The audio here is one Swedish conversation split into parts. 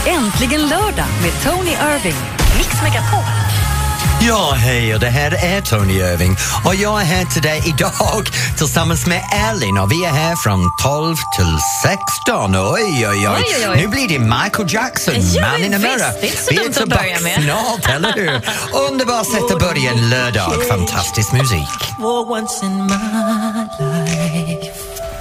Äntligen lördag med Tony Irving. Mix Megapol. Ja, hej, och det här är Tony Irving och jag är här till dig idag tillsammans med Elin och vi är här från 12 till 16. Oj. Nu blir det Michael Jackson, Man in a Mirror. Vi är tillbaka med. Snart, eller hur? Underbart sätt att börja en lördag. Fantastisk musik. For once in my life.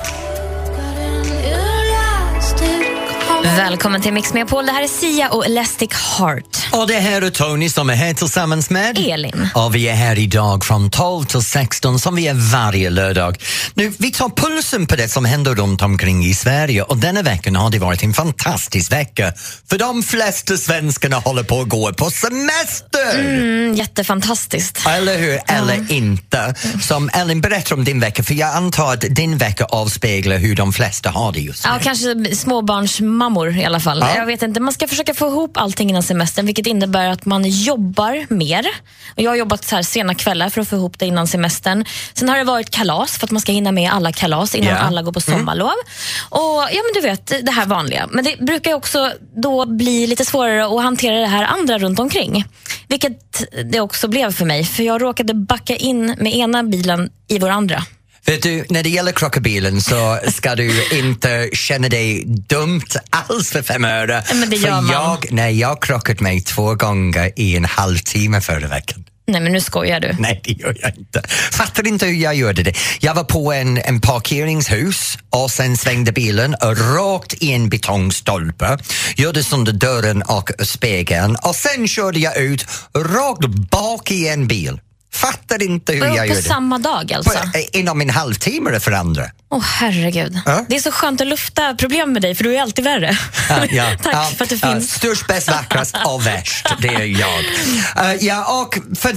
Välkommen till Mix Megapol. Det här är Sia och Elastic Heart. Och det här är Tony som är här tillsammans med Elin. Och vi är här idag från 12 till 16 som vi är varje lördag. Nu, vi tar pulsen på det som händer runt omkring i Sverige och denna veckan har det varit en fantastisk vecka. För de flesta svenskarna håller på att gå på semester. Jättefantastiskt. Eller hur? Eller inte. Som Ellen, berättar om din vecka, för jag antar att din vecka avspeglar hur de flesta har det just nu. Ja, kanske småbarnsmammor i alla fall. Ja. Jag vet inte, man ska försöka få ihop allting innan semestern, vilket innebär att man jobbar mer. Och jag har jobbat så här sena kvällar för att få ihop det innan semestern. Sen har det varit kalas för att man ska hinna med alla kalas innan alla går på sommarlov. Och ja, men du vet, det här vanliga. Men det brukar ju också då bli lite svårare att hantera det här andra runt omkring. Vilket det också blev för mig. För jag råkade backa in med ena bilen i vår andra. Vet du, när det gäller krockabilen så ska du inte känna dig dumt alls för 5 öre. Men det gör man. Jag krockat mig 2 gånger i en halvtimme förra veckan. Nej, men nu skojar du. Nej, det gör jag inte. Fattar inte hur jag gjorde det. Jag var på en parkeringshus och sen svängde bilen rakt i en betongstolpe. Gjorde sönder dörren och spegeln och sen körde jag ut rakt bak i en bil. Fattar inte hur jag gjorde det. På samma dag alltså? Inom en halvtimme för andra. Herregud. Det är så skönt att lufta problem med dig, för du är alltid värre. Tack för att du finns. Störst, bäst, vackrast och värst. Det är jag. Och för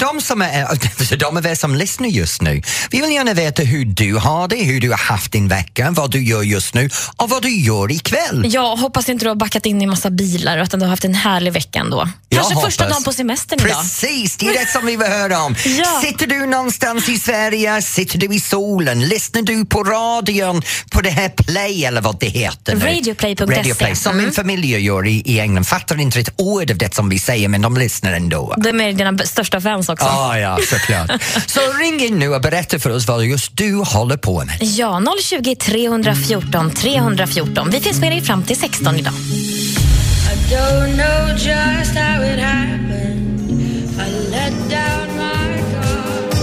de som lyssnar just nu, vi vill gärna veta hur du har det, hur du har haft din vecka, vad du gör just nu och vad du gör ikväll. Jag hoppas inte du har backat in i massa bilar utan du har haft en härlig vecka ändå. Kanske första dagen på semestern idag. Precis, det är det som vi vill höra om. Sitter du någonstans i Sverige, sitter du i solen, lyssnar du på radion, på det här Play eller vad det heter nu? Radioplay.se. Som min familj gör i England. Fattar inte ett ord av det som vi säger, men de lyssnar ändå. De är dina största fans också. Ja, såklart. Så ring in nu och berätta för oss vad just du håller på med. Ja, 020 314 314. Vi finns med dig fram till 16 idag. I don't know just how it happened. I let down my guard.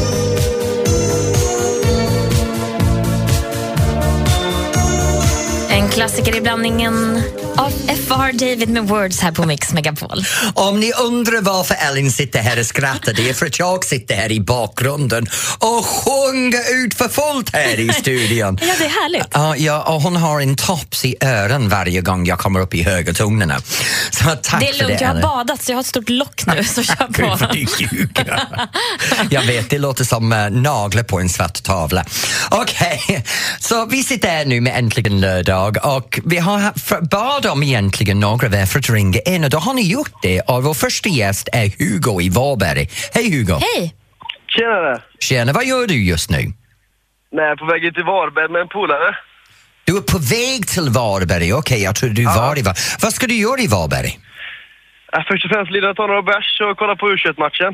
En klassiker i blandningen av F.R. David med Words här på Mix Megapol. Om ni undrar varför Ellen sitter här och skrattar, det är för att jag sitter här i bakgrunden och sjunger ut för fullt här i studion. Ja, det är härligt. Ja, och hon har en tops i öron varje gång jag kommer upp i höga tonerna. Så tack det är för lugnt, det, jag har badat så jag har ett stort lock nu, så kör på. Jag vet, det låter som naglar på en svart tavla. Okej, så vi sitter här nu med Äntligen lördag och vi har bad om egentligen några av er för att ringa in och då har ni gjort det och vår första gäst är Hugo i Varberg. Hej Hugo! Hej! Tjena, vad gör du just nu? Nej, jag är på väg till Varberg med en polare. Du är på väg till Varberg, okej, jag tror du var i Varberg. Vad ska du göra i Varberg? Först och främst lida ta några bärs och kolla på U21-matchen.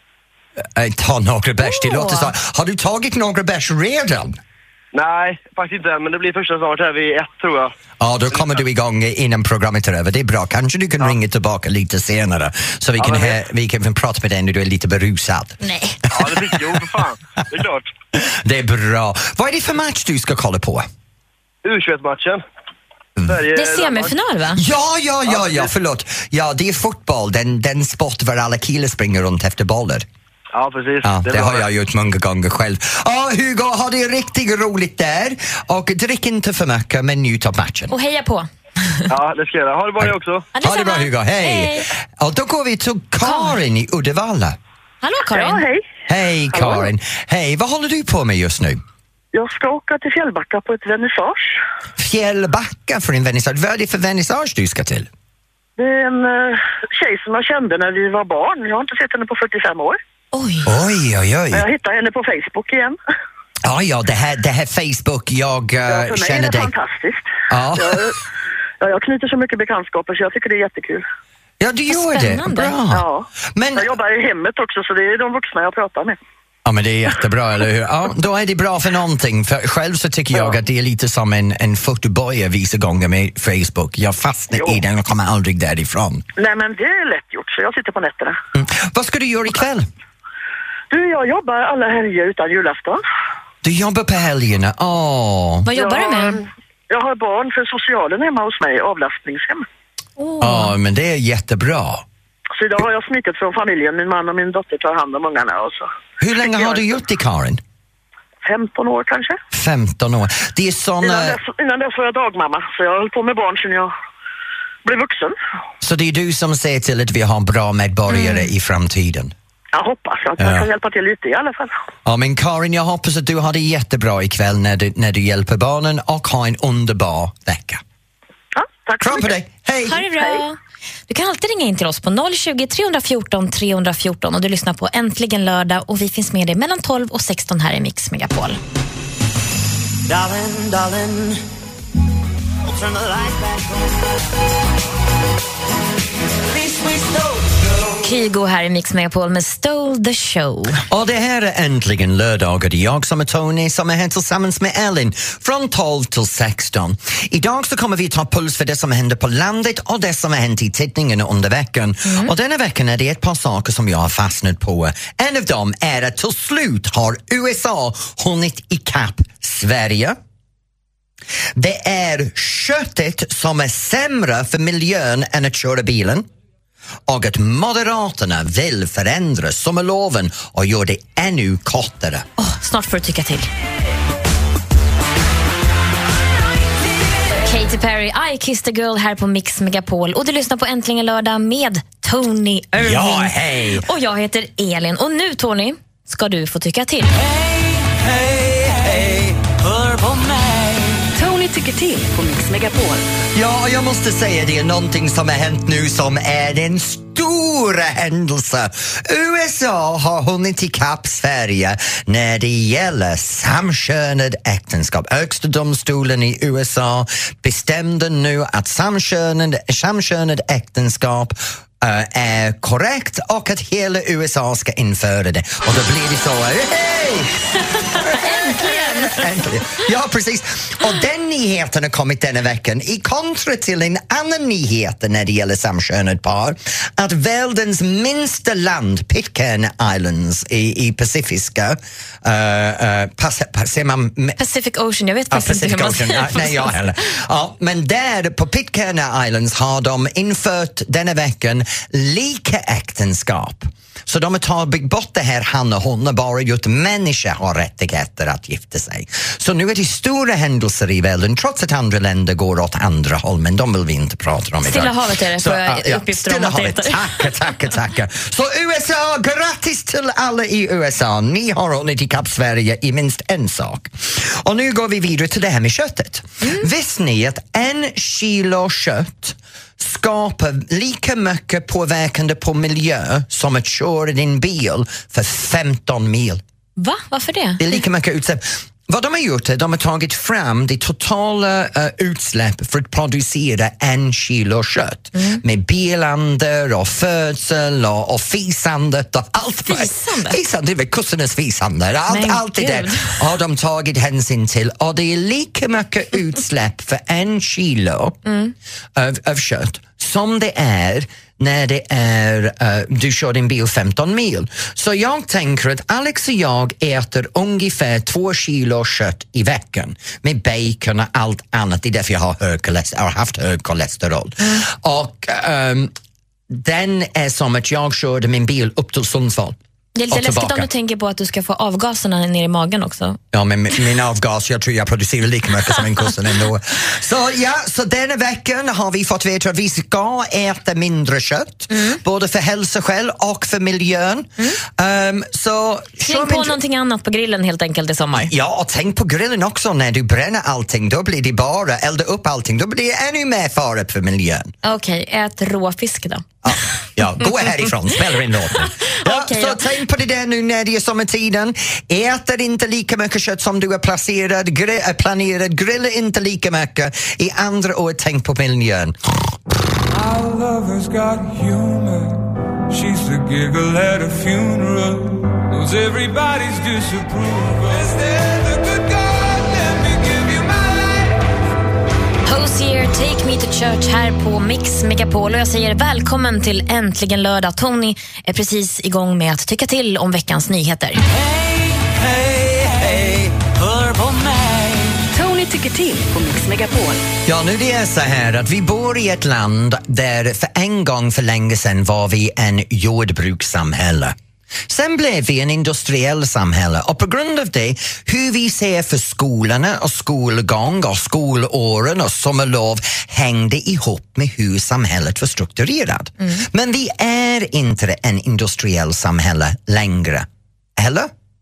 Ta några bärs, det låter så. Har du tagit några bärs redan? Nej, faktiskt inte, men det blir första snart här vid 1, tror jag. Ja, då kommer du igång innan programmet är över. Det är bra, kanske du kan ringa tillbaka lite senare så vi kan prata med dig när du är lite berusad. Nej. Ja, det blir för fan. Det är klart. Det är bra. Vad är det för match du ska kolla på? U21-matchen. Det är semifinal, va? Ja, förlåt. Ja, det är fotboll, den sport där alla killar springer runt efter bollar. Ja, precis. Ja, det har jag gjort många gånger själv. Hugo, ha det riktigt roligt där. Och drick inte för mycket, men njut av matchen. Och heja på. Ja, det ska jag göra. Ha det bra också. Ha det bra, Hugo. Hej. Och då går vi till Karin i Uddevalla. Hallå, Karin. Ja, hej. Hej, Karin. Hej, vad håller du på med just nu? Jag ska åka till Fjällbacka på ett vernissage. Fjällbacka för en vernissage? Vad är det för vernissage du ska till? Det är en tjej som jag kände när vi var barn. Jag har inte sett henne på 45 år. Oj. Men jag hittade henne på Facebook igen. Ja, det här Facebook, jag känner dig. För mig är det fantastiskt. Ja. Ja, jag knyter så mycket bekantskaper så jag tycker det är jättekul. Ja, du gör det. spännande. Bra. Ja. Men, Jag jobbar i hemmet också så det är de vuxna jag pratar med. ja, men det är jättebra, eller hur? Ja, då är det bra för någonting. För själv så tycker jag att det är lite som en fotoboja vissa gånger med Facebook. Jag fastnar i den och kommer aldrig därifrån. Nej, men det är lätt gjort så jag sitter på nätterna. Vad ska du göra ikväll? Du, jag jobbar alla helger utan julafton. Du jobbar på helgerna. Vad jobbar du med? Jag har barn för socialen hemma hos mig, avlastningshem. Ja, men det är jättebra. Så idag har jag smitit från familjen. Min man och min dotter tar hand om ungarna. Och så. Hur länge har du gjort det, Karin? 15 år kanske. 15 år. Det är såna... Innan dess var jag dagmamma. Så jag höll på med barn sedan jag blev vuxen. Så det är du som ser till att vi har bra medborgare i framtiden? Jag hoppas att jag kan hjälpa till lite i alla fall. Ja, men Karin, jag hoppas att du har det jättebra ikväll när du hjälper barnen och har en underbar vecka. Ja, tack så Kram på mycket. dig. Hej! Ha det bra. Du kan alltid ringa in till oss på 020 314 314 och du lyssnar på Äntligen lördag och vi finns med dig mellan 12 och 16 här i Mix Megapol. Darling, darling, I'll turn the light back on. Please, please don't go. Kygo här i Mix Megapol med Stole the Show. Och det här är Äntligen lördag och det är jag som är Tony som är här tillsammans med Ellen från 12 till 16. Idag så kommer vi ta puls för det som händer på landet och det som har hänt i tidningarna under veckan. Och denna veckan är det ett par saker som jag har fastnat på. En av dem är att till slut har USA hunnit ikapp Sverige. Det är köttet som är sämre för miljön än att köra bilen. Och att Moderaterna vill förändra sommarloven och göra det ännu kortare. Snart får du tycka till. Katy Perry, I Kissed a Girl här på Mix Megapol. Och du lyssnar på Äntligen lördag med Tony Irving. Ja, hej! Och jag heter Elin. Och nu, Tony, ska du få tycka till. Hör på mig. Tony tycker till på Mix Megapol. Ja, jag måste säga det är någonting som har hänt nu som är en stor händelse. USA har hunnit ikapp Sverige när det gäller samkönad äktenskap. Högsta domstolen i USA bestämde nu att samkönad äktenskap är korrekt och att hela USA ska införa det. Och då blir det så, hej! Äntligen. Ja, precis. Och den nyheten har kommit denna veckan i kontra till en annan nyhet när det gäller samkönade par. Att världens minsta land, Pitcairn Islands i Pacifiska Pacific Ocean, jag vet faktiskt inte hur man säger. Nej, jag heller. Ja, men där på Pitcairn Islands har de infört denna veckan lika äktenskap. Så de har tagit bort det här han och hon och bara gjort människor har rättigheter att gifta sig. Så nu är det stora händelser i världen trots att andra länder går åt andra håll, men de vill vi inte prata om idag. Stilla havet är det, får jag uppgifter om att det heter. Tackar. Så USA, grattis till alla i USA. Ni har hållit ikapp Sverige i minst en sak. Och nu går vi vidare till det här med köttet. Visste ni att 1 kilo kött skapar lika mycket påverkande på miljö som att köra din bil för 15 mil. Va? Varför det? Det är lika mycket utsläpp. Vad de har gjort är de har tagit fram det totala utsläpp för att producera 1 kilo kött. Med bilander och födsel och fisandet och allt. Fisande, det är kussernas fisande. Allt det där har de tagit hänsyn till. Och det är lika mycket utsläpp för 1 kilo av kött som det är när det är du kör din bil 15 mil. Så jag tänker att Alex och jag äter ungefär 2 kilo kött i veckan med bacon och allt annat. Det är därför jag har haft hög kolesterol. Och den är som att jag körde min bil upp till Sundsvall. Det är lite läskigt om du tänker på att du ska få avgaserna ner i magen också. Ja, men min avgas, jag tror jag producerar lika mycket som en kussen ändå. Så denna veckan har vi fått veta att vi ska äta mindre kött. Både för hälsoskäl och för miljön. Släng på någonting annat på grillen helt enkelt i sommar. Ja, och tänk på grillen också. När du bränner allting, då blir det bara elda upp allting. Då blir det ännu mer fara för miljön. Okej, ät råfisk då. Ja, gå härifrån, spelar in låten. Ja, Okej så då. tänk på det där nu när det är sommartiden. Äter inte lika mycket kött som du har planerat. Grilla inte lika mycket. I andra år, tänk på miljön. Our lover's got humor. She's the giggle at a funeral. Knows everybody's disapproval. Is there the good God? Let me give you my life. Hosier, Take Me to Church här på Mix Megapol. Och jag säger välkommen till Äntligen lördag. Tony är precis igång med att tycka till om veckans nyheter. Hej, hej, hej, hör på mig. Tony tycker till på Mix Megapol. Ja, nu det är så här att vi bor i ett land där för en gång för länge sedan var vi en jordbrukssamhälle. Sen blev vi en industriell samhälle och på grund av det, hur vi ser för skolorna och skolgång och skolåren och sommarlov hängde ihop med hur samhället var strukturerat. Men vi är inte en industriell samhälle längre. Eller?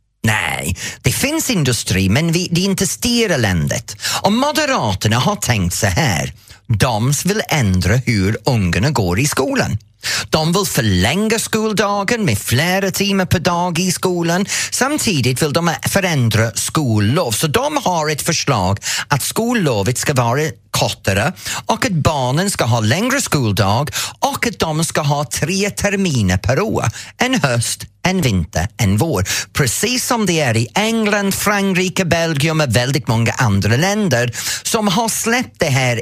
Nej, det finns industri men det är inte styreländet. Och Moderaterna har tänkt så här. De vill ändra hur ungarna går i skolan. De vill förlänga skoldagen med flera timmar per dag i skolan. Samtidigt vill de förändra skollov. Så de har ett förslag att skollovet ska vara kortare och att barnen ska ha längre skoldag och att de ska ha 3 terminer per år. En höst, en vinter, en vår. Precis som det är i England, Frankrike, Belgien och väldigt många andra länder som har släppt det här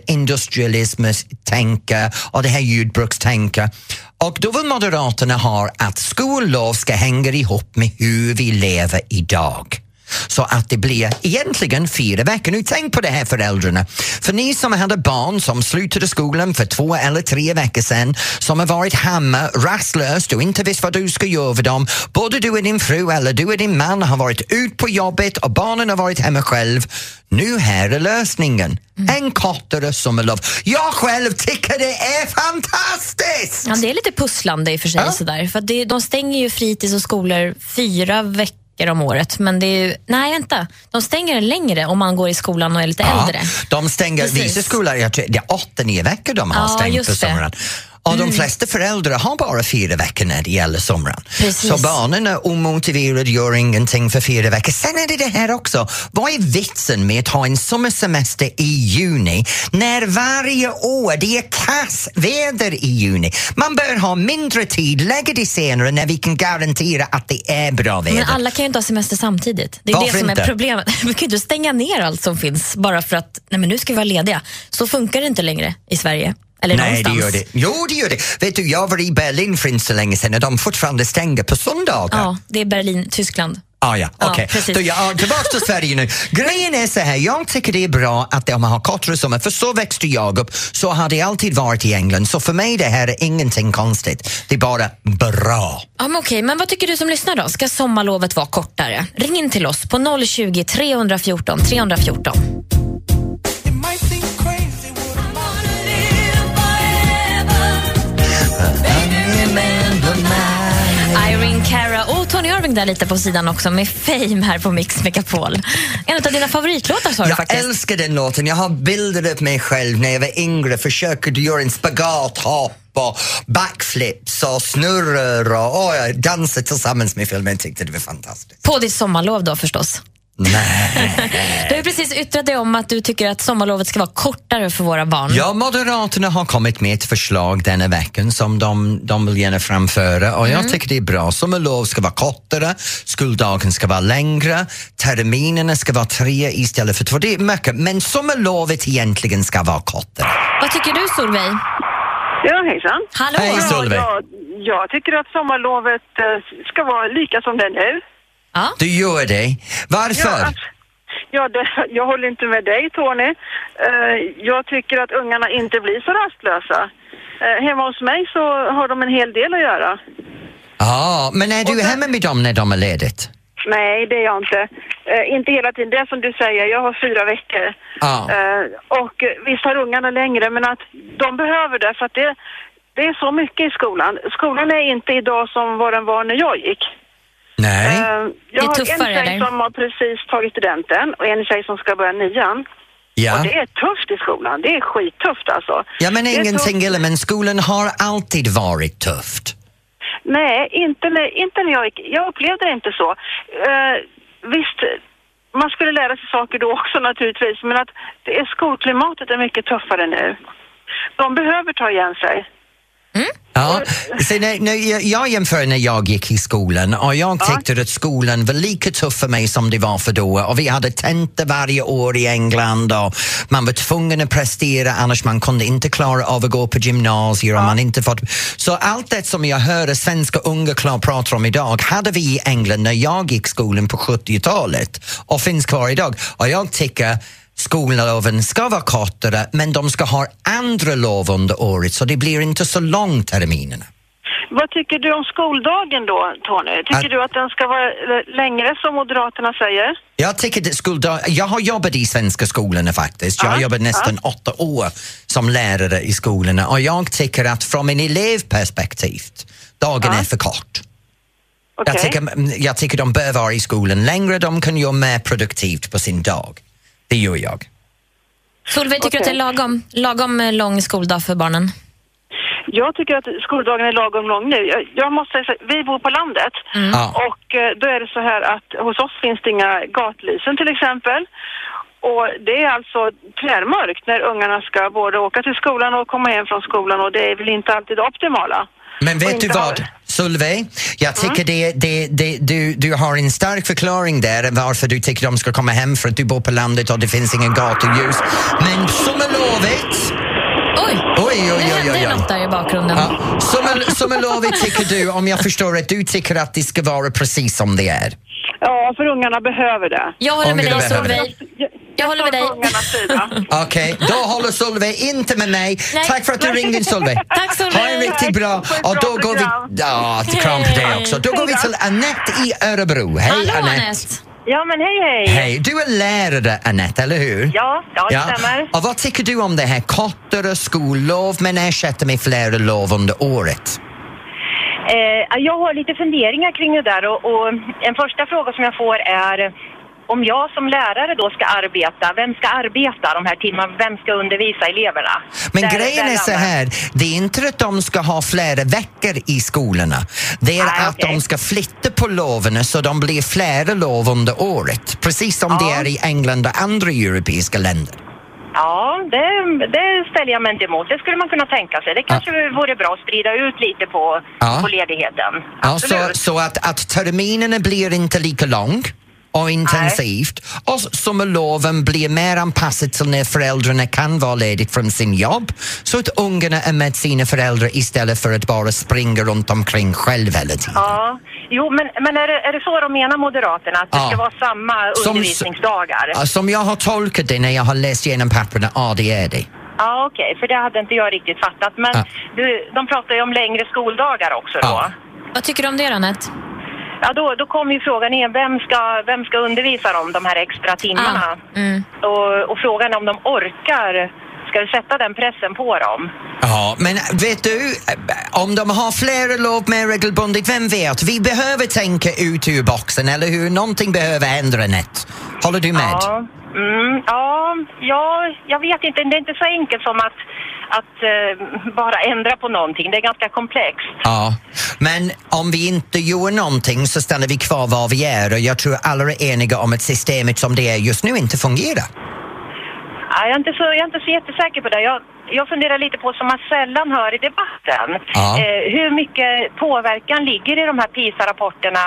industrialism-tänka och det här jordbrukstänka. Och då vill Moderaterna ha att skollov ska hänga ihop med hur vi lever idag. Så att det blir egentligen 4 veckor. Nu tänk på det här föräldrarna. För ni som hade barn som slutade skolan för 2 eller 3 veckor sedan, som har varit hemma rastlöst och inte visst vad du ska göra för dem. Både du och din fru eller du och din man har varit ut på jobbet och barnen har varit hemma själv. Nu här är lösningen. En kortare sommarlov. Jag själv tycker det är fantastiskt! Ja, det är lite pusslande i och för sig sådär. För att de stänger ju fritids och skolor 4 veckor om året, men det är ju, nej vänta, de stänger längre om man går i skolan och är lite äldre. De stänger vissa skolor, jag tror det är 8-9 veckor de har stängt på sommaren. Och de flesta föräldrar har bara 4 veckor när det gäller sommaren. Precis. Så barnen är omotiverade, gör ingenting för 4 veckor. Sen är det här också. Vad är vitsen med att ha en sommarsemester i juni när varje år det är kassväder i juni? Man bör ha mindre tid, lägga det senare när vi kan garantera att det är bra väder. Men alla kan ju inte ha semester samtidigt. Det är Varför det som inte? är problemet. Vi kan ju inte stänga ner allt som finns bara för att nej, men nu ska vi vara lediga. Så funkar det inte längre i Sverige. Eller nej, någonstans. det gör det. Jo, det gör det. Vet du, jag var i Berlin för inte så länge sedan och de fortfarande stänger på söndagar. Ja, det är Berlin, Tyskland. Ja, okej. precis. Då jag är tillbaka till Sverige nu. Grejen är så här, jag tycker det är bra att man har kortare sommar, för så växte jag upp, så har det alltid varit i England. Så för mig det här är ingenting konstigt. Det är bara bra. Ja, men okej, men vad tycker du som lyssnar då? Ska sommarlovet vara kortare? Ring in till oss på 020 314 314. Irene Cara och Tony Irving där lite på sidan också med Fame här på Mix Megapol. En av dina favoritlåtar sa du faktiskt. Jag älskar den låten. Jag har bilder på mig själv när jag var yngre. Försöker göra en spagathopp och backflips och snurror och jag dansade tillsammans med filmen. Jag tyckte det var fantastiskt. På ditt sommarlov då förstås. Nej. Du har precis yttrat dig om att du tycker att sommarlovet ska vara kortare för våra barn. Ja, Moderaterna har kommit med ett förslag denna veckan som de vill gärna framföra och jag tycker det är bra. Sommarlov ska vara kortare, skoldagen ska vara längre, terminerna ska vara 3 istället för 2. Det är mycket, men sommarlovet egentligen ska vara kortare. Vad tycker du, Solveig? Ja, hejsan. Hallå? Hej, Solveig. Jag tycker att sommarlovet ska vara lika som det är nu. Ja. Du gör det. Varför? Jag håller inte med dig, Tony. Jag tycker att ungarna inte blir så rastlösa. Hemma hos mig så har de en hel del att göra. Ja, men är du hemma med dem när de är ledigt? Nej, det är jag inte. Inte hela tiden. Det är som du säger, jag har 4 veckor. Ja. Och visst har ungarna längre, men att de behöver det för att det är så mycket i skolan. Skolan är inte idag som vad den var när jag gick. Nej. Jag har tuffare, en tjej som har precis tagit studenten och en tjej som ska börja 9:an. Ja. Och det är tufft i skolan. Det är skittufft alltså. Ja, men ingenting illa, men skolan har alltid varit tufft. Nej, inte när jag upplevde det inte så. Visst, man skulle lära sig saker då också naturligtvis, men att skolklimatet är mycket tuffare nu. De behöver ta igen sig. Ja, så när jag jämför när jag gick i skolan och jag tyckte att skolan var lika tuff för mig som det var för då, och vi hade tentor varje år i England och man var tvungen att prestera, annars man kunde inte klara av att gå på gymnasier och man inte fått... Så allt det som jag hör svenska unga pratar om idag hade vi i England när jag gick skolan på 70-talet och finns kvar idag, och jag tycker skolloven ska vara kortare, men de ska ha andra lov under året så det blir inte så långt terminerna. Vad tycker du om skoldagen då, Tony? Tycker du att den ska vara längre som Moderaterna säger? Jag tycker att jag har jobbat i svenska skolorna faktiskt. Jag har jobbat nästan 8 år som lärare i skolorna och jag tycker att från en elevperspektiv dagen är för kort. Okay. Jag tycker de bör vara i skolan längre, de kan göra mer produktivt på sin dag. Det gör jag. Solveig, tycker du att det är lagom lång skoldag för barnen? Jag tycker att skoldagen är lagom lång nu. Jag måste säga, vi bor på landet och då är det så här att hos oss finns det inga gatlysen till exempel. Och det är alltså tvärmörkt när ungarna ska både åka till skolan och komma hem från skolan, och det är väl inte alltid det optimala. Men vet du vad, Solveig? Jag tycker du har en stark förklaring där varför du tycker de ska komma hem, för att du bor på landet och det finns ingen gatuljus. Men sommarlovet... Oj. Det är något där i bakgrunden. Ja. Sommarlovet tycker du, om jag förstår att du tycker att det ska vara precis som det är. Ja, för ungarna behöver det. Jag håller med dig, Solveig. Jag håller med dig. Okej, då håller Solveig inte med mig. Nej. Tack för att du ringde, Solveig. Tack, Solveig. Ha en riktigt bra. Och då går vi... Ja, till kram på dig också. Då går vi till Annette i Örebro. Hej, Annette. Ja, men hej. Hej, du är lärare, Annette, eller hur? Ja, det stämmer. Och vad tycker du om det här kortare skollov men ersätter med flera lov under året? Jag har lite funderingar kring det där och en första fråga som jag får är om jag som lärare då ska arbeta, vem ska arbeta de här timmarna, vem ska undervisa eleverna? Men grejen är så här, det är inte att de ska ha flera veckor i skolorna. Det är att de ska flytta på loven så de blir flera lov under året. Precis som det är i England och andra europeiska länder. Ja, det ställer jag mig inte emot. Det skulle man kunna tänka sig. Det kanske vore bra att sprida ut lite på ledigheten. Ja, så att terminerna blir inte lika lång och intensivt. Och sommarloven blir mer anpassat till när föräldrarna kan vara ledigt från sin jobb, så att ungarna är med sina föräldrar istället för att bara springa runt omkring själv hela tiden. Ja, jo, men är det så de menar Moderaterna, att det ska vara samma undervisningsdagar? Som jag har tolkat det när jag har läst igenom papperna, det är det. Ja, okej, för det hade inte jag riktigt fattat. Men de pratar ju om längre skoldagar också då. Vad tycker du om det, Annette? Ja, då kommer ju frågan in, vem ska undervisa dem de här extra timmarna? Och frågan om de orkar, ska du sätta den pressen på dem? Ja, men vet du, om de har flera lov med regelbundet, vem vet? Vi behöver tänka ut ur boxen, eller hur? Någonting behöver ändra, Annette. Håller du med? Jag vet inte. Det är inte så enkelt som att bara ändra på någonting. Det är ganska komplext. Ja, men om vi inte gör någonting så stannar vi kvar var vi är, och jag tror alla är eniga om att systemet som det är just nu inte fungerar. Jag är inte så jättesäker på det. Jag funderar lite på, som man sällan hör i debatten, hur mycket påverkan ligger i de här PISA-rapporterna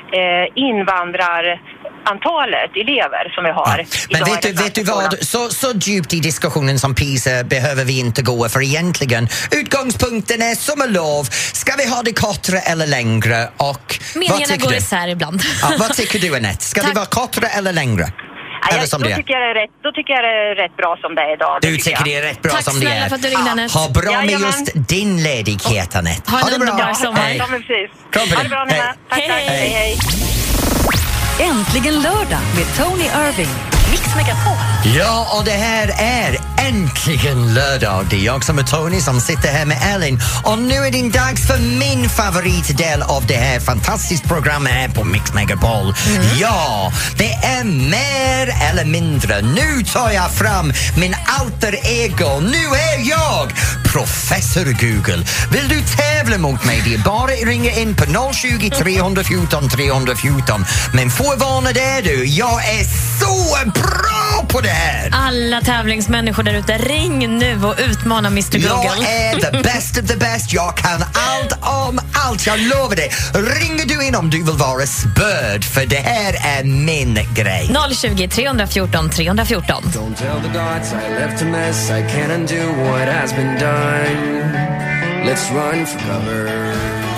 invandrarantalet elever som vi har. Men vet du vad, så djupt i diskussionen som PISA behöver vi inte gå, för egentligen utgångspunkten är sommarlov. Ska vi ha det kortare eller längre? Och meningarna går isär ibland. Vad tycker du, Annette? Ska det vara kortare eller längre? Då tycker jag det är rätt bra som det är idag. Du tycker det är rätt bra som det är. Tack snälla för att du ringde, Annette. Ha bra med just din ledighet, Annette. Ha en underbar sommar. Ha det bra, Nina. Tack. Hej. Äntligen lördag med Tony Irving. Mix Megapol. Ja, och det här är äntligen lördag. Det är jag som är Tony som sitter här med Ellen. Och nu är det dags för min favoritdel av det här fantastiska programmet här på Mix Megapol. Ja, det är mer eller mindre. Nu tar jag fram min alter ego. Nu är jag Professor Google. Vill du tävla mot mig? Det är bara att ringa in på 020 314 314. Men förvarna är du, jag är så bra på det här! Alla tävlingsmänniskor där ute, ring nu och utmana Mr. Google. Jag är the best of the best. Jag kan allt om allt, jag lovar dig. Ringer du in om du vill vara spörd, för det här är min grej. 020 314 314. Don't tell the gods I left a mess. I can't undo what has been done. Let's run for cover.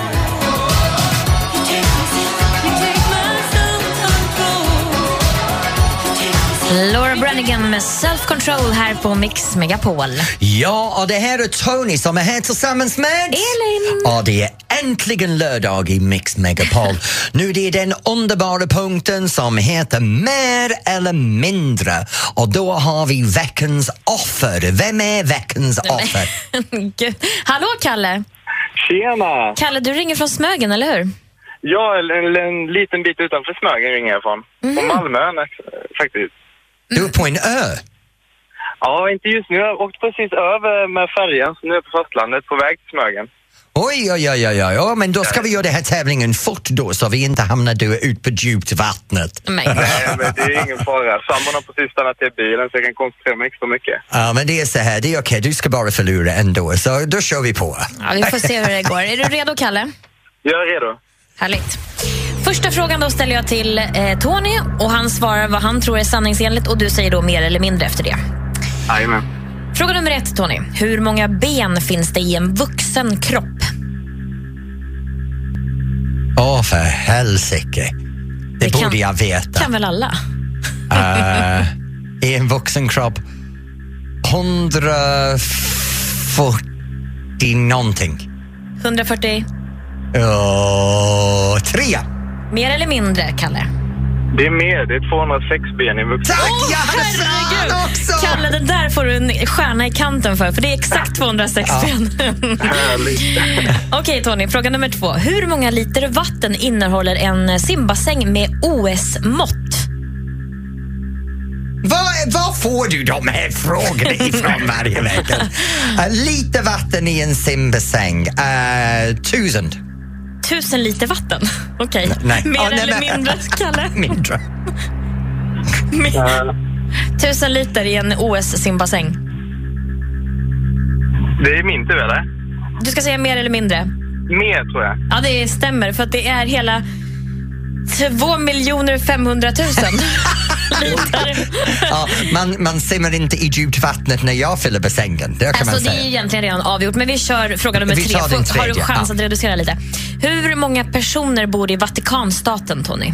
Laura Branigan med Self-Control här på Mix Megapol. Ja, och det här är Tony som är här tillsammans med Elin. Och det är äntligen lördag i Mix Megapol. Nu det är den underbara punkten som heter mer eller mindre. Och då har vi veckans offer. Vem är veckans offer? Gud. Hallå Kalle. Tjena! Kalle, du ringer från Smögen, eller hur? Ja, en liten bit utanför Smögen ringer jag från. På Malmö faktiskt. Du är på en ö? Ja, inte just nu. Jag åkte precis över med färjan, så nu är jag på fastlandet på väg till Smögen. Oj, men då ska vi göra den här tävlingen fort då, så vi inte hamnar ut på djupt vattnet. Nej, men det är ingen fara. Sambon har precis stannat till bilen så jag kan koncentrera mig extra mycket. Ja, men det är så här, det är okej. Du ska bara förlora ändå, så då kör vi på. Ja, vi får se hur det går. Är du redo, Kalle? Jag är redo. Härligt. Första frågan då ställer jag till Tony och han svarar vad han tror är sanningsenligt och du säger då mer eller mindre efter det. Jajamän. Fråga nummer 1, Tony. Hur många ben finns det i en vuxen kropp? För helsike. Det borde jag veta. Kan väl alla? I en vuxen kropp 140 någonting. 140? 3. Mer eller mindre, Kalle? Det är mer, det är 206 ben i vuxen. Tack, jag hade fan också! Kalle, det där får du en stjärna i kanten för det är exakt 206 ben. Härligt. Okej, Tony, fråga nummer 2. Hur många liter vatten innehåller en simbassäng med OS-mått? Var får du de här frågorna ifrån varje vecka? Lite vatten i en simbassäng. 1000. 1000 liter vatten? Okej. Mer eller mindre, Kalle? Mindre. 1000 liter i en OS-simbassäng. Det är min tur, eller? Du ska säga mer eller mindre? Mer, tror jag. Ja, det stämmer, för att det är hela 2 500 000 liter. Ja, man simmar inte i djupt vattnet när jag fyller bassängen. Det kan man säga. Det är egentligen redan avgjort, men vi kör fråga nummer 3. Har du chans att reducera lite? Hur många personer bor i Vatikanstaten, Tony?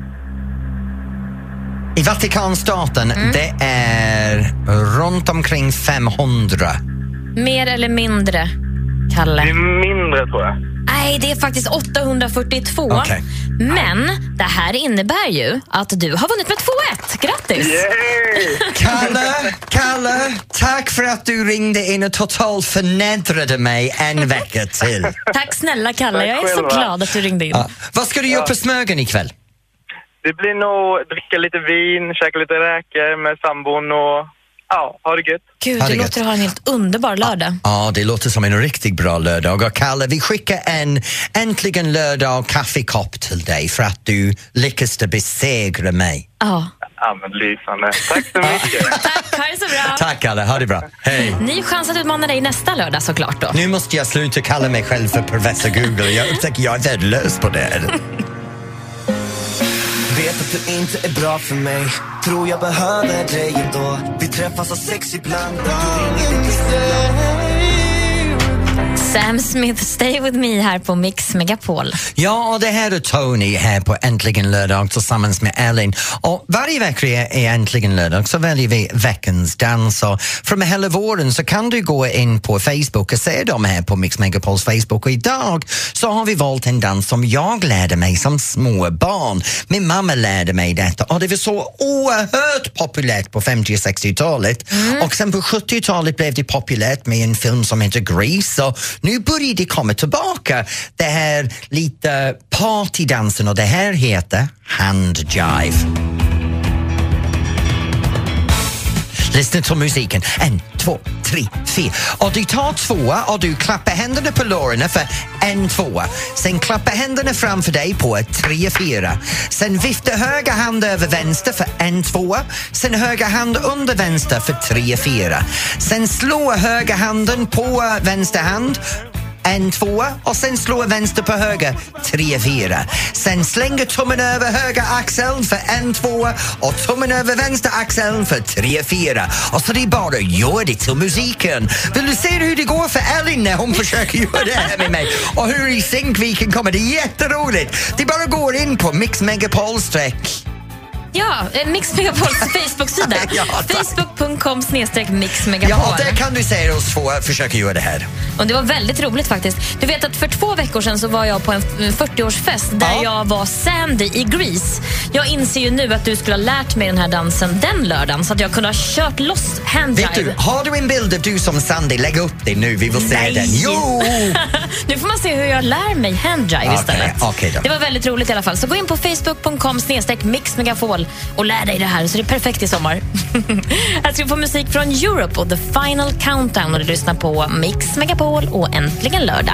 I Vatikanstaten, det är runt omkring 500. Mer eller mindre, Kalle? Det är mindre, tror jag. Nej, det är faktiskt 842. Okay. Men det här innebär ju att du har vunnit med 2-1. Grattis! Yay! Kalle, tack för att du ringde in och totalt förnedrade mig en vecka till. Tack snälla, Kalle. Jag är så glad att du ringde in. Vad ska du göra på Smögen ikväll? Det blir nog dricka lite vin, käka lite räkor med sambon och ha det gött. Gud, det låter ha en helt underbar lördag. Ja, det låter som en riktigt bra lördag. Och Kalle, vi skickar en äntligen lördag kaffekopp till dig för att du lyckas besegra mig. Ja, men lysande. Tack så mycket. Tack, ha det så bra. Tack Kalle, ha det bra. Hej. Ny chans att utmana dig nästa lördag såklart då. Nu måste jag sluta kalla mig själv för Professor Google. Jag upptäcker jag är värdelös på det. Vet att du inte är bra för mig. Tror jag behöver dig ändå. Vi träffas av sex ibland. Sam Smith, Stay With Me här på Mix Megapol. Ja, och det här är Tony här på Äntligen lördag tillsammans med Elin. Och varje vecka är Äntligen lördag så väljer vi veckans dans. Och från hela våren så kan du gå in på Facebook och se dem här på Mix Megapols Facebook. Och idag så har vi valt en dans som jag lärde mig som små barn. Min mamma lärde mig detta och det var så oerhört populärt på 50- och 60-talet. Och sen på 70-talet blev det populärt med en film som heter Grease. Och nu börjar det komma tillbaka, det här lite partydansen, och det här heter handjive. Lyssna till musiken. 1, 2, 3, 4. Och du tar 2 och du klappar händerna på låren för 1, 2. Sen klappar händerna framför dig på 3, 4. Sen viftar höger hand över vänster för 1, 2. Sen höger hand under vänster för 3, 4. Sen slår höger handen på vänster hand 1, 2 och sen slår vänster på höger 3, 4. Sen slänger tummen över höger axeln för 1, 2 och tummen över vänster axeln för 3, 4. Och så det är bara gör det till musiken. Vill du se hur det går för Elin när hon försöker göra det här med mig? Och hur i synk vi kan komma, det är jätteroligt. Det bara går in på Mix Megapol streck. Ja, Mix Megapols Facebook-sida. Ja, Facebook.com/Mix Megapol. Ja, där kan du se oss två försöka göra det här. Och det var väldigt roligt faktiskt. Du vet att för 2 veckor sedan så var jag på en 40-årsfest där jag var Sandy i Grease. Jag inser ju nu att du skulle ha lärt mig den här dansen den lördagen så att jag kunde ha kört loss handjive. Vet du, har du en bild av du som Sandy? Lägg upp det nu, vi vill se den. Jo! Nu får man se hur jag lär mig handjive istället. Okay då. Det var väldigt roligt i alla fall. Så gå in på Facebook.com/Mix Megapol och lär dig det här, så det är perfekt i sommar. Här ska vi få musik från Europe och The Final Countdown, och du lyssnar på Mix Megapol och Äntligen lördag.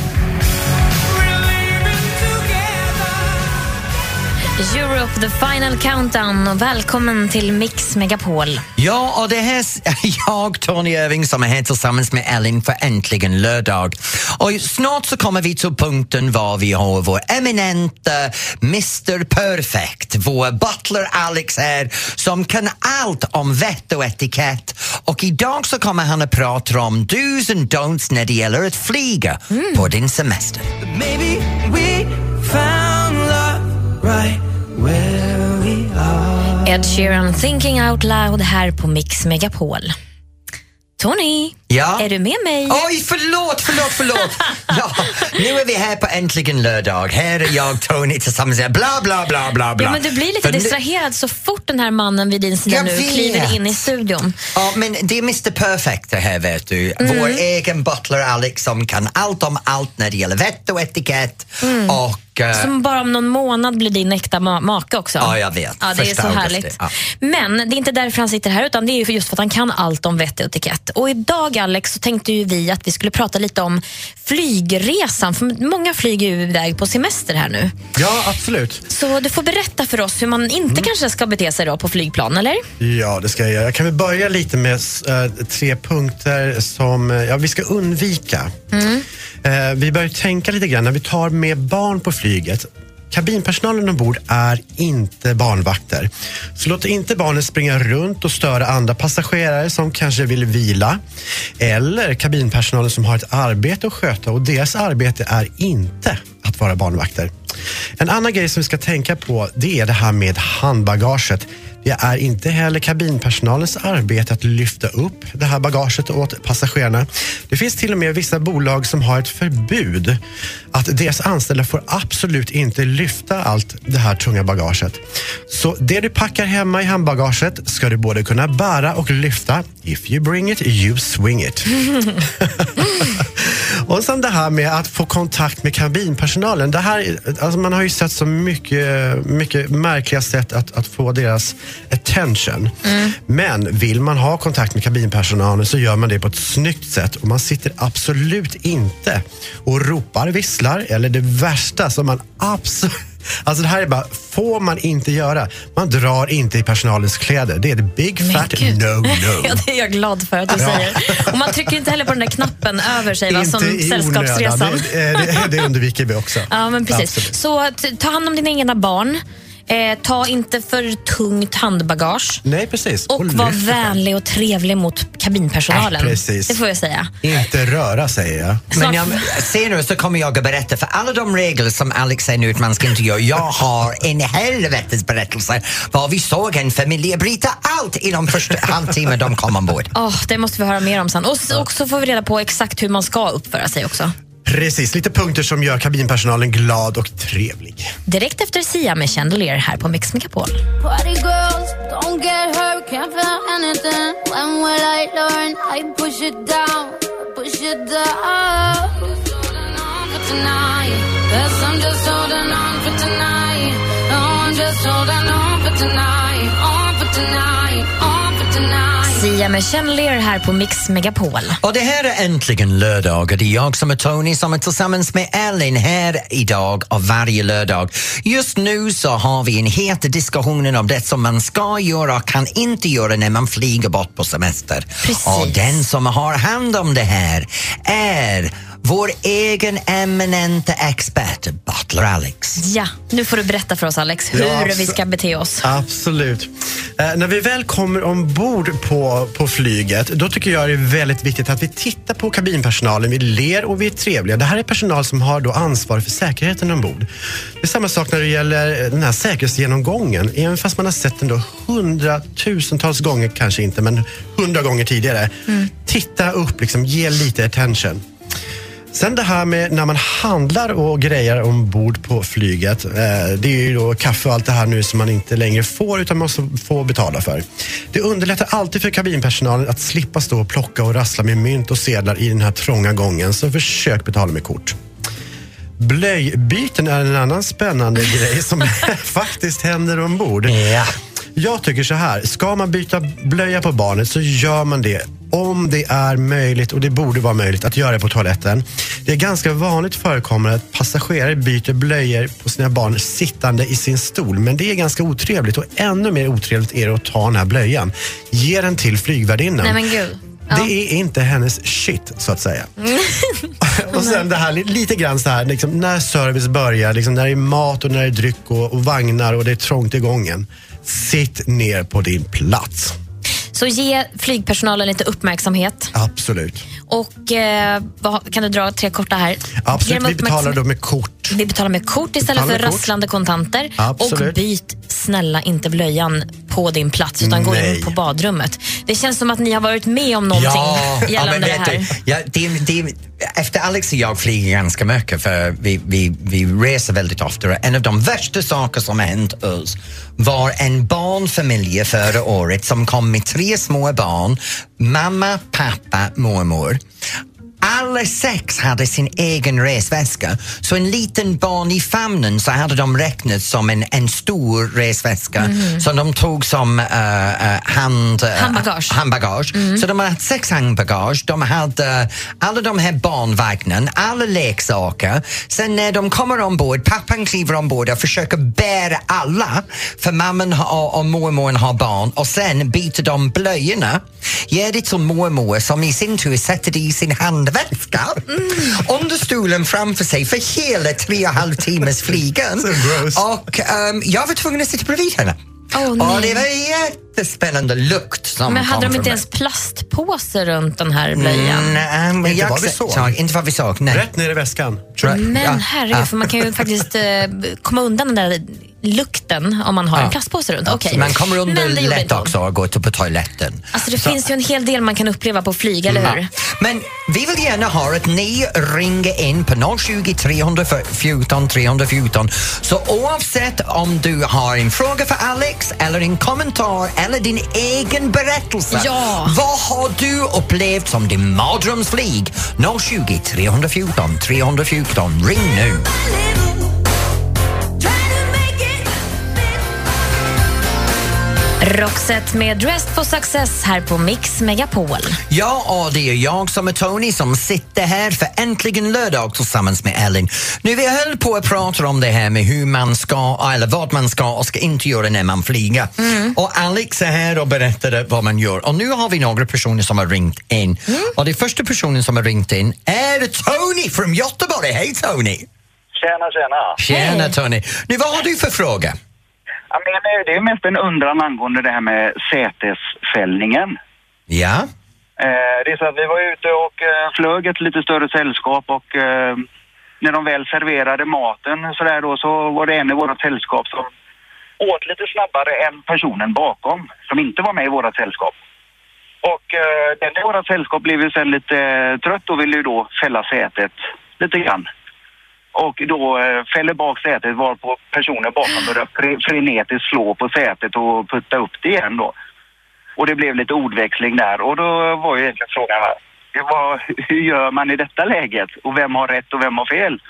Europe, The Final Countdown, och välkommen till Mix Megapol. Ja, och det här är jag, Tony Irving, som är här tillsammans med Elin för Äntligen lördag. Och snart så kommer vi till punkten var vi har vår eminenta Mr. Perfect, vår butler Alex här, som kan allt om vett och etikett. Och idag så kommer han att prata om do's and don'ts när det gäller att flyga på din semester. Maybe we found love right where we are. Ed Sheeran, Thinking Out Loud här på Mix Megapol. Tony, är du med mig? Oj, förlåt. Ja, nu är vi här på Äntligen lördag. Här är jag, Tony, tillsammans med bla bla bla bla bla. Ja, men du blir lite distraherad så fort den här mannen vid din sida nu kliver in i studion. Ja, men det är Mr. Perfect det här, vet du. Vår egen butler Alex som kan allt om allt när det gäller vett och etikett. Och som bara om någon månad blir din äkta make också. Ja, jag vet. Ja, det är så härligt. Ja. Men det är inte därför han sitter här, utan det är ju just för att han kan allt om vett och etikett. Och idag, Alex, så tänkte ju vi att vi skulle prata lite om flygresan. För många flyger ju iväg på semester här nu. Ja, absolut. Så du får berätta för oss hur man inte kanske ska bete sig då på flygplan, eller? Ja, det ska jag göra. Jag kan väl börja lite med 3 punkter som vi ska undvika. Vi börjar tänka lite grann när vi tar med barn på flyget. Kabinpersonalen ombord är inte barnvakter. Så låt inte barnen springa runt och störa andra passagerare som kanske vill vila. Eller kabinpersonalen som har ett arbete att sköta, och deras arbete är inte att vara barnvakter. En annan grej som vi ska tänka på, det är det här med handbagaget. Det är inte heller kabinpersonalens arbete att lyfta upp det här bagaget åt passagerarna. Det finns till och med vissa bolag som har ett förbud att deras anställda får absolut inte lyfta allt det här tunga bagaget. Så det du packar hemma i handbagaget ska du både kunna bära och lyfta. If you bring it, you swing it. Och sen det här med att få kontakt med kabinpersonalen. Det här, alltså man har ju sett så mycket märkliga sätt att få deras attention. Men vill man ha kontakt med kabinpersonalen så gör man det på ett snyggt sätt. Och man sitter absolut inte och ropar, visslar eller det värsta som man absolut... Alltså det här är bara, får man inte göra. Man drar inte i personalens kläder. Det är det big fat no. Ja, det är jag glad för att du säger. Och man trycker inte heller på den där knappen över sig, va, som sällskapsresan. Det undviker vi också. Ja, men precis. Absolut. Så ta hand om dina egna barn. Ta inte för tungt handbagage. Nej, precis. Och var vänlig och trevlig mot kabinpersonalen. Precis. Det får jag säga. Inte röra, säger jag. Men senare så kommer jag att berätta för alla de regler som Alex säger nu att man ska inte göra. Jag har en helvetes berättelse var vi såg en familj bryta allt inom första halvtimme de kom ombord. Det måste vi höra mer om sen. Och så får vi reda på exakt hur man ska uppföra sig också. Precis, lite punkter som gör kabinpersonalen glad och trevlig. Direkt efter Sia med Chandelier här på Mix Megapol. Party girls, don't get hurt, can't feel anything. When will I learn? I push it down, push it down. For tonight, 'cause I'm just holding on for tonight. No, I'm just holding on for tonight, on for tonight, on for tonight. Sia med Chandelier här på Mix Megapol. Och det här är äntligen lördag och det är jag som är Tony som är tillsammans med Ellen här idag och varje lördag. Just nu så har vi en het diskussion om det som man ska göra och kan inte göra när man flyger bort på semester. Precis. Och den som har hand om det här är vår egen eminenta expert, Butler Alex. Ja, nu får du berätta för oss Alex hur vi ska bete oss. Absolut. När vi väl kommer ombord på flyget, då tycker jag det är väldigt viktigt att vi tittar på kabinpersonalen, vi ler och vi är trevliga. Det här är personal som har då ansvar för säkerheten ombord. Det är samma sak när det gäller den här säkerhetsgenomgången. Även fast man har sett den då 100,000-tals gånger, kanske inte, men 100 gånger tidigare. Titta upp, liksom, ge lite attention. Sen det här med när man handlar och grejer ombord på flyget, det är ju då kaffe och allt det här nu som man inte längre får utan måste få betala för. Det underlättar alltid för kabinpersonalen att slippa stå och plocka och rassla med mynt och sedlar i den här trånga gången, så försök betala med kort. Blöjbyten är en annan spännande grej som faktiskt händer ombord. Ja. Jag tycker så här, ska man byta blöja på barnet så gör man det om det är möjligt, och det borde vara möjligt att göra det på toaletten. Det är ganska vanligt förekommande att passagerare byter blöjor på sina barn sittande i sin stol, men det är ganska otrevligt, och ännu mer otrevligt är det att ta den här blöjan. Ge den till flygvärdinnan. Nej men gud. Det är inte hennes shit, så att säga. Och sen det här lite grann så här, liksom, när service börjar, liksom, när det är mat och när det är dryck och vagnar och det är trångt i gången. Sitt ner på din plats. Så ge flygpersonalen lite uppmärksamhet. Absolut. Och kan du dra 3 korta här? Absolut, vi betalar då med kort. Vi betalar med kort istället för rasslande kontanter. Absolut. Och byt snälla inte blöjan på din plats utan gå in på badrummet. Det känns som att ni har varit med om någonting gällande det här. Efter Alex och jag flyger ganska mycket för vi reser väldigt ofta. En av de värsta saker som har hänt oss var en barnfamilj förra året som kom med 3 små barn, mamma, pappa, mormor. Alla 6 hade sin egen resväska, så en liten barn i famnen så hade de räknat som en stor resväska som de tog som handbagage. Så de hade 6 handbagage, de hade alla de här barnvagnen, alla leksaker. Sen när de kommer ombord, pappan kliver ombord och försöker bära alla, för mamman och mormor har barn, och sen byter de blöjorna, ger det till mormor som i sin tur sätter det i sin handväska under stolen framför sig för hela 3,5 timmars flygen. Och jag var tvungen att sitta bredvid henne. Och det var jättespännande lukt som men hade kom de inte ens plastpåse runt den här blöjan? Nej, inte vad vi såg. Inte vad vi såg, nej. Rätt ner i väskan. Men herregud, för man kan ju faktiskt komma undan den där lukten om man har en plastpåse runt. Okay. Man kommer under lätt också och går på toaletten. Alltså det finns ju en hel del man kan uppleva på flyg, eller hur? Men vi vill gärna ha att ni ringer in på 020 314 314. Så oavsett om du har en fråga för Alex eller en kommentar eller din egen berättelse. Vad har du upplevt som din mardrömsflyg? 020 314 314. Ring nu. Roxette med Dressed for Success här på Mix Megapol. Ja, och det är jag som är Tony som sitter här för äntligen lördag tillsammans med Ellen. Nu vi höll på att prata om det här med hur man ska, eller vad man ska och ska inte göra när man flyger. Och Alex är här och berättade vad man gör. Och nu har vi några personer som har ringt in. Och den första personen som har ringt in är Tony från Göteborg. Hej Tony! Tjena! Tjena Tony! Nu, vad har du för fråga? Ja, men det är mest en undran angående det här med sätesfällningen. Ja. Det är så att vi var ute och flög ett lite större sällskap och när de väl serverade maten så var det en i vårt sällskap som åt lite snabbare än personen bakom som inte var med i vårt sällskap. Och den i vårt sällskap blev ju sen lite trött och ville ju då fälla sätet lite grann. Och då fäller bak sätet var på personen bakom började frenetiskt slå på sätet och putta upp det igen då. Och det blev lite ordväxling där och då var ju egentligen frågan hur gör man i detta läget? Och vem har rätt och vem har fel?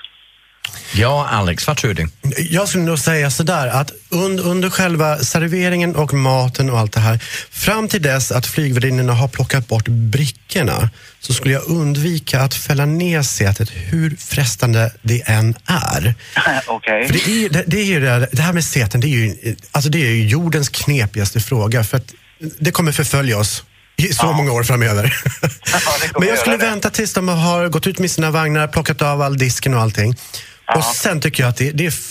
Ja, Alex, vad tror du? Jag skulle nog säga sådär att under själva serveringen och maten och allt det här, fram till dess att flygvärdinnorna har plockat bort brickorna, så skulle jag undvika att fälla ner sätet hur frestande det än är. Okej. För det är ju det här med säten, det är ju jordens knepigaste fråga, för att det kommer förfölja oss i så många år framöver. Men jag skulle vänta tills de har gått ut med sina vagnar, plockat av all disken och allting. Och sen tycker jag att det är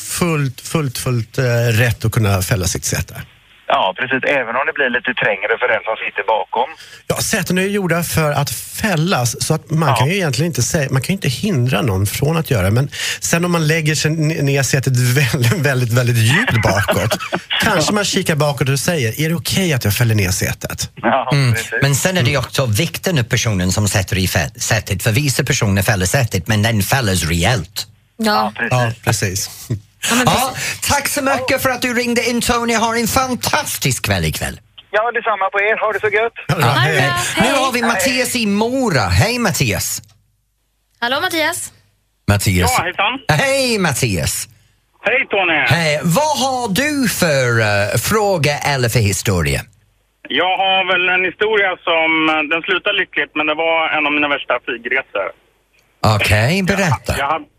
fullt rätt att kunna fälla sitt säte. Ja, precis. Även om det blir lite trängre för den som sitter bakom. Ja, säten är ju gjorda för att fällas, så att man kan ju egentligen inte säga, man kan ju inte hindra någon från att göra. Men sen om man lägger sig ner sätet väldigt djupt bakåt, kanske man kikar bakåt och säger, är det okej att jag fäller ner sätet? Ja, men sen är det också vikten av personen som sätter i sätet. För vissa personer fäller sätet, men den fälls rejält. Ja, precis. Ja, tack så mycket för att du ringde in, Tony. Har en fantastisk kväll ikväll. Ja, detsamma på er. Ha det så gött. Hej. Nu har vi Mattias i Mora. Hej, Mattias. Hallå, Mattias. Mattias. Ja, hejsan. Hej, Mattias. Hej, Tony. Hej. Vad har du för fråga eller för historia? Jag har väl en historia som, den slutar lyckligt, men det var en av mina värsta flygresor. Okej, berätta.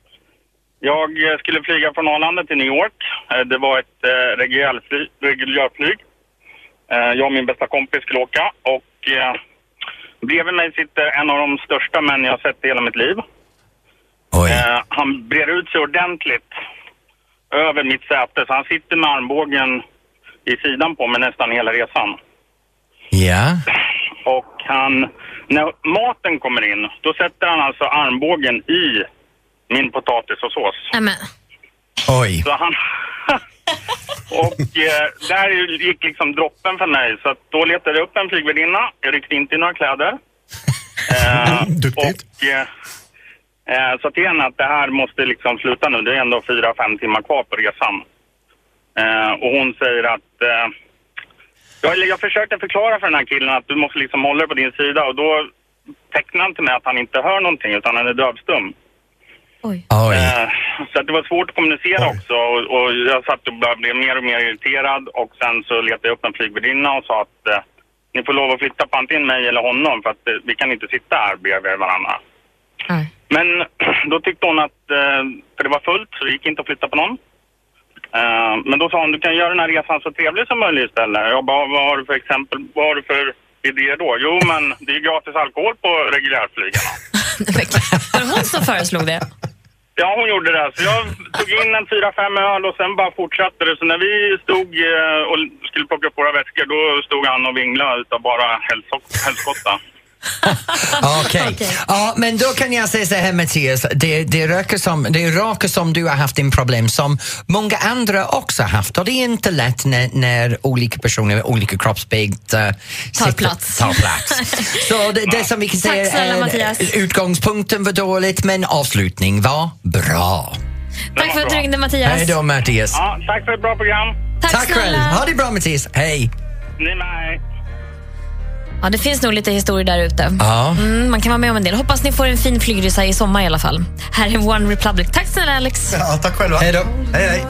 Jag skulle flyga från Arlanda till New York. Det var ett reguljärflyg. Jag och min bästa kompis skulle åka. Och bredvid mig sitter en av de största män jag har sett i hela mitt liv. Han brer ut sig ordentligt över mitt säte. Så han sitter med armbågen i sidan på mig nästan hela resan. Ja. Och när maten kommer in, då sätter han alltså armbågen i min potatis och sås. Amen. Oj. Så han... och där gick liksom droppen för mig. Så att då letade jag upp en flygvärdinna. Jag ryckte inte i några kläder. Duktigt. Och sa till henne att det här måste liksom sluta nu. Det är ändå 4-5 timmar kvar på resan. Och hon säger att... jag försökte förklara för den här killen att du måste liksom hålla dig på din sida. Och då tecknade han till mig att han inte hör någonting utan han är dövstum. Oj. Så att det var svårt att kommunicera också och jag satt och blev mer och mer irriterad och sen så letade jag upp en flygvärdinna och sa att ni får lov att flytta på antingen mig eller honom för att vi kan inte sitta här bredvid varandra. Men då tyckte hon att för det var fullt så det gick inte att flytta på någon. Men då sa hon, du kan göra den här resan så trevlig som möjligt istället. Jag bara, vad har du för exempel, vad har du för idéer då? Jo, men det är gratis alkohol på reguljärflygarna. Var det hon som föreslog det? Ja, hon gjorde det. Så jag tog in en 4-5 öl och sen bara fortsatte det. Så när vi stod och skulle plocka upp våra väskor, då stod han och vinglade utav bara helskotta. Okej. Ja, men då kan jag säga så här, Mattias, det röker som du har haft en problem som många andra också har haft, och det är inte lätt när olika personer, olika kroppsbygd tar plats. Så det som vi kan säga är utgångspunkten var dåligt, men avslutning var bra. Tack för att du ringde, Mattias. Hej då, Mattias. Ja, tack för ett bra program. Tack själv. Ha det bra, Mattias. Hej. Ni med. Ja, det finns nog lite historier där ute. Ja. Man kan vara med om en del. Hoppas ni får en fin flygresa i sommar i alla fall. Här är One Republic. Tack snälla, Alex. Ja, tack själva. Hej då. Hej.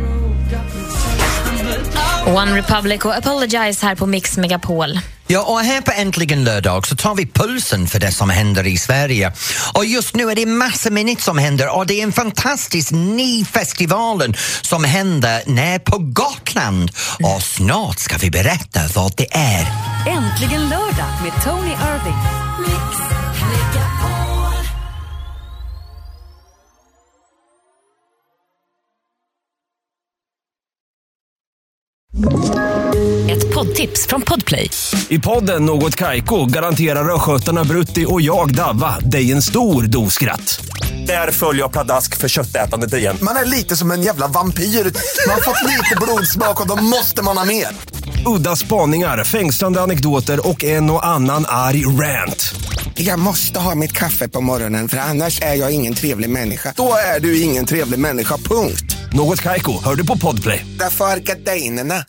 One Republic och Apologize här på Mix Megapol. Ja, och här på Äntligen lördag så tar vi pulsen för det som händer i Sverige. Och just nu är det massor med nytt som händer, och det är en fantastisk ny festivalen som händer på Gotland. Och snart ska vi berätta vad det är. Äntligen lördag med Tony Irving. Ett poddtips från Podplay. I podden Något Kaiko garanterar röskötarna Brutti och jag Davva dig en stor doskratt. Där följer jag pladask för köttätandet igen. Man är lite som en jävla vampyr. Man har fått lite blodsmak och då måste man ha mer. Udda spaningar, fängslande anekdoter och en och annan arg rant. Jag måste ha mitt kaffe på morgonen för annars är jag ingen trevlig människa. Då är du ingen trevlig människa, punkt. Något Kaiko, hör du på Podplay. Därför är gardinerna.